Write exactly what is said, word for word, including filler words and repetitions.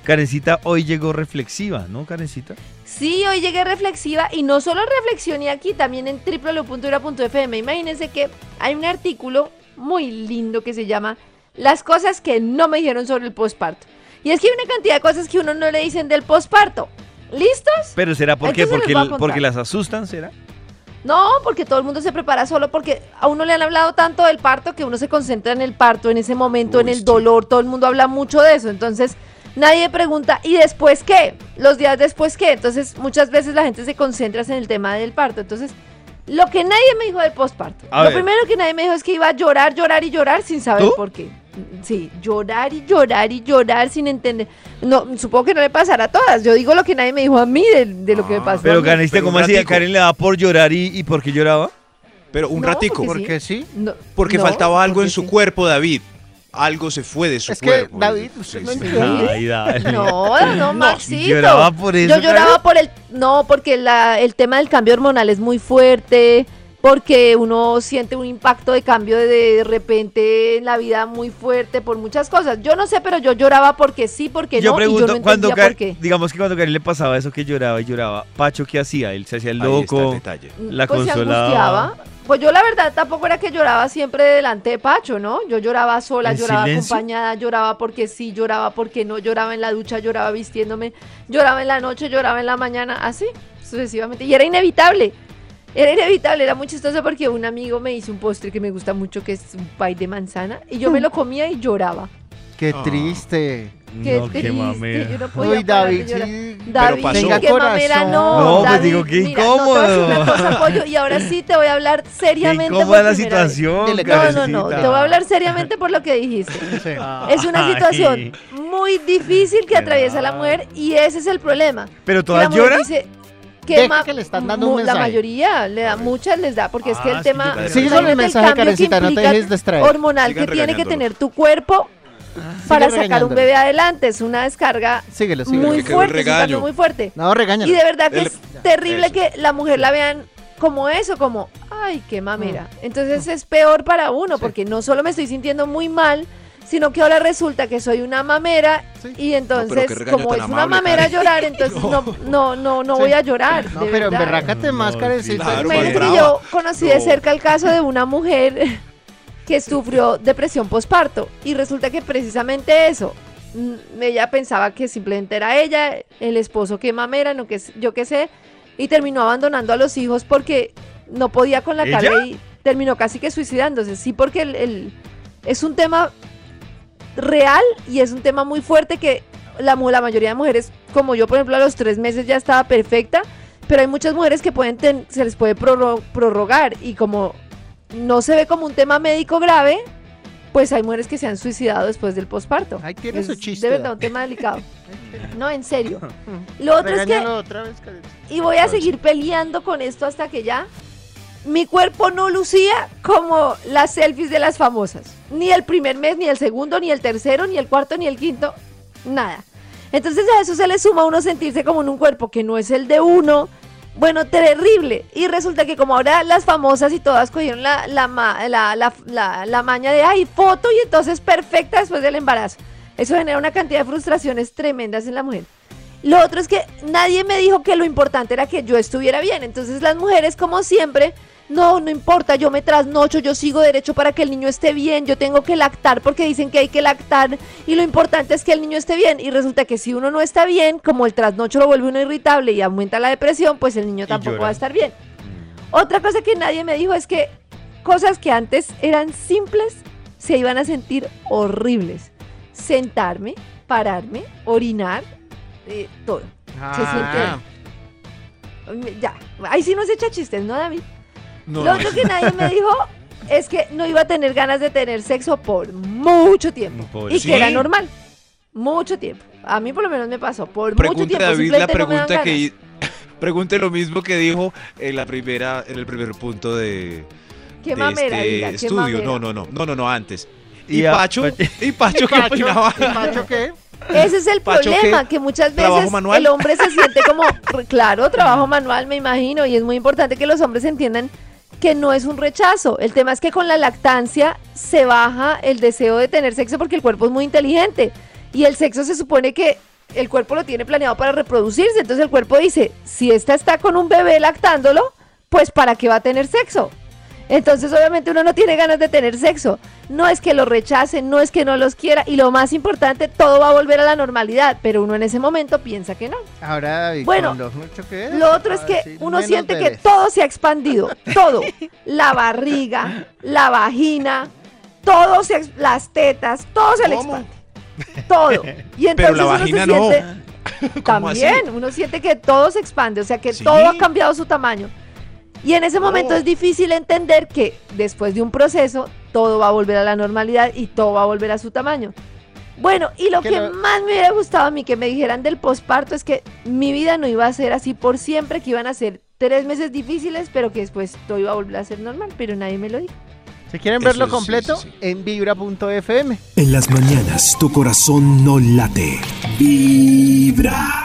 Karencita hoy llegó reflexiva, ¿no, Karencita? Sí, hoy llegué reflexiva y no solo reflexioné aquí, también en doble u doble u doble u punto vibra punto efe eme. Imagínense que hay un artículo muy lindo que se llama Las cosas que no me dijeron sobre el posparto. Y es que hay una cantidad de cosas que uno no le dicen del posparto. ¿Listos? ¿Pero será por qué? Entonces ¿Porque, les voy a contar. porque las asustan, será? No, porque todo el mundo se prepara solo porque a uno le han hablado tanto del parto que uno se concentra en el parto, en ese momento, Uy, en el sí. dolor, todo el mundo habla mucho de eso, entonces nadie pregunta, ¿y después qué? Los días después qué, entonces muchas veces la gente se concentra en el tema del parto, entonces lo que nadie me dijo del posparto, A lo ver. primero que nadie me dijo es que iba a llorar, llorar y llorar sin saber ¿Tú? por qué. Sí, llorar y llorar y llorar sin entender. No, supongo que no le pasará a todas. Yo digo lo que nadie me dijo a mí de, de lo que me pasó. a Pero mí. Karencita, Pero un ¿cómo así? ¿A ratico. Karen le daba por llorar y, y por qué lloraba? Pero un No, ratico. porque ¿Por qué sí? No, Porque no, faltaba algo porque en su sí. cuerpo, David. Algo se fue de su Es que, cuerpo. David, usted Sí, no sí. entiende. Ay, dale. No, no, Maxito. ¿Lloraba por eso, Yo lloraba por el... No, porque la, el tema del cambio hormonal es muy fuerte, porque uno siente un impacto de cambio de, de repente en la vida muy fuerte por muchas cosas. Yo no sé, pero yo lloraba porque sí, porque Yo no, pregunto, y yo no cuando entendía Karen, por qué. digamos que cuando Karen le pasaba eso que lloraba y lloraba, Pacho, ¿qué hacía? Él se hacía el Ahí está el loco. detalle. la pues se consolaba. angustiaba. Pues yo la verdad tampoco era que lloraba siempre delante de Pacho, ¿no? Yo lloraba sola, ¿En lloraba silencio? acompañada, lloraba porque sí, lloraba porque no, lloraba en la ducha, lloraba vistiéndome, lloraba en la noche, lloraba en la mañana, así sucesivamente. Y era inevitable, era inevitable, era muy chistoso porque un amigo me hizo un postre que me gusta mucho, que es un pie de manzana, y yo me lo comía y lloraba. Qué Ah. triste. Qué No, qué triste, mamera. yo no podía Uy, parar de David, llorar. sí. David, pasó. Tenga qué mamera, corazón. no. No, pues David, digo, qué mira, no, te voy a decir una incómodo. cosa, pollo, y ahora sí te voy a hablar Qué seriamente. incómoda por la primera vez. situación, Dile, No, no, Karencita. no, te voy a hablar seriamente por lo que dijiste. Sí. Es una Ay. situación muy difícil que atraviesa la mujer y ese es el problema. ¿Pero Que la todas mujer lloran? dice que, Deja ma- que le están dando un mu- la mensaje. mayoría, le da, muchas les da, porque es que Ah, el sí, tema... yo también. Sigue imagínate con el el mensaje, cambio que Karencita, no te implica dejes distraer. hormonal Sigan que tiene que regañándolo. tener tu cuerpo para sacar un regañándolo. bebé adelante. Es una descarga Síguelo, síguelo. muy que quedó fuerte, es un regaño. cambio muy fuerte. No, regáñalo. Y de verdad que El- es terrible Eso. que la mujer la vean como eso, como, ay, qué mamera. Entonces es peor para uno, Sí. porque no solo me estoy sintiendo muy mal, sino que ahora resulta que soy una mamera Sí. y entonces, qué regaño como tan es una amable, mamera Karen. llorar, entonces no, no, no, no Sí. voy a llorar. No, de pero verdad. emberrácate más, No, Karencita. Claro, Imagínate más que brava. yo conocí de No. cerca el caso de una mujer que sufrió depresión postparto y resulta que precisamente eso, mm, ella pensaba que simplemente era ella, el esposo que mamera, no que s- yo qué sé, y terminó abandonando a los hijos porque no podía con la ¿Ella? carga y terminó casi que suicidándose. Sí, porque el, el- es un tema real y es un tema muy fuerte que la, mu- la mayoría de mujeres, como yo por ejemplo a los tres meses ya estaba perfecta, pero hay muchas mujeres que pueden ten- se les puede prorro- prorrogar y como no se ve como un tema médico grave, pues hay mujeres que se han suicidado después del posparto. Ahí tiene Es su chiste. de verdad un tema delicado. No, en serio. Lo otro es que, Regáñalo otra vez, Karencita. y voy a seguir peleando con esto hasta que ya mi cuerpo no lucía como las selfies de las famosas. Ni el primer mes, ni el segundo, ni el tercero, ni el cuarto, ni el quinto. Nada. Entonces a eso se le suma a uno sentirse como en un cuerpo que no es el de uno. Bueno, terrible. Y resulta que como ahora las famosas y todas cogieron la, la, ma- la, la, la, la maña de, ay, foto y entonces perfecta después del embarazo. Eso genera una cantidad de frustraciones tremendas en la mujer. Lo otro es que nadie me dijo que lo importante era que yo estuviera bien. Entonces las mujeres, como siempre, no, no importa, yo me trasnocho, yo sigo derecho para que el niño esté bien, yo tengo que lactar porque dicen que hay que lactar y lo importante es que el niño esté bien. Y resulta que si uno no está bien, como el trasnocho lo vuelve uno irritable y aumenta la depresión, pues el niño Y tampoco llora. va a estar bien. Otra cosa que nadie me dijo es que cosas que antes eran simples se iban a sentir horribles. Sentarme, pararme, orinar, eh, todo. Ah, Ya, ahí sí no se echa chistes, ¿no, David? No, Lo no. otro que nadie me dijo es que no iba a tener ganas de tener sexo por mucho tiempo. Pobre. Y ¿Sí? que era normal. Mucho tiempo. A mí por lo menos me pasó. Por mucho Pregunte tiempo. David la simplemente no me dan pregunta que ganas. hi- pregunte lo mismo que dijo en la primera en el primer punto de, Qué de mamera, este diga, qué estudio. mamera. No, no, no, no, no, no, antes. Y Y, a- Pacho, y Pacho, ¿Y ¿qué Pacho? opinaba? ¿Y Pacho qué? Ese es el Pacho, problema, ¿qué? que muchas ¿Trabajo veces manual? el hombre se siente como, claro, trabajo manual, me imagino, y es muy importante que los hombres entiendan que no es un rechazo. El tema es que con la lactancia se baja el deseo de tener sexo porque el cuerpo es muy inteligente y el sexo se supone que el cuerpo lo tiene planeado para reproducirse. Entonces el cuerpo dice, si esta está con un bebé lactándolo, pues ¿para qué va a tener sexo? Entonces obviamente uno no tiene ganas de tener sexo. No es que lo rechacen, no es que no los quiera. Y lo más importante, todo va a volver a la normalidad. Pero uno en ese momento piensa que no. Ahora, David, Bueno, con lo mucho que es, Lo otro es ah, que sí, uno menos siente que bebés. todo se ha expandido. Todo. La barriga, la vagina, todo se, ex- las tetas, todo se le ¿Cómo? expande. Todo. Y entonces Pero la uno vagina se no. siente... ¿Cómo así? También, uno siente que todo se expande, o sea que ¿Sí? todo ha cambiado su tamaño. Y en ese momento Oh. es difícil entender que después de un proceso todo va a volver a la normalidad y todo va a volver a su tamaño. Bueno, y lo Que que lo- más me hubiera gustado a mí que me dijeran del posparto es que mi vida no iba a ser así por siempre, que iban a ser tres meses difíciles, pero que después todo iba a volver a ser normal, pero nadie me lo dijo. Si quieren Eso verlo sí, completo, sí, sí. en vibra punto f m. En las mañanas tu corazón no late. Vibra.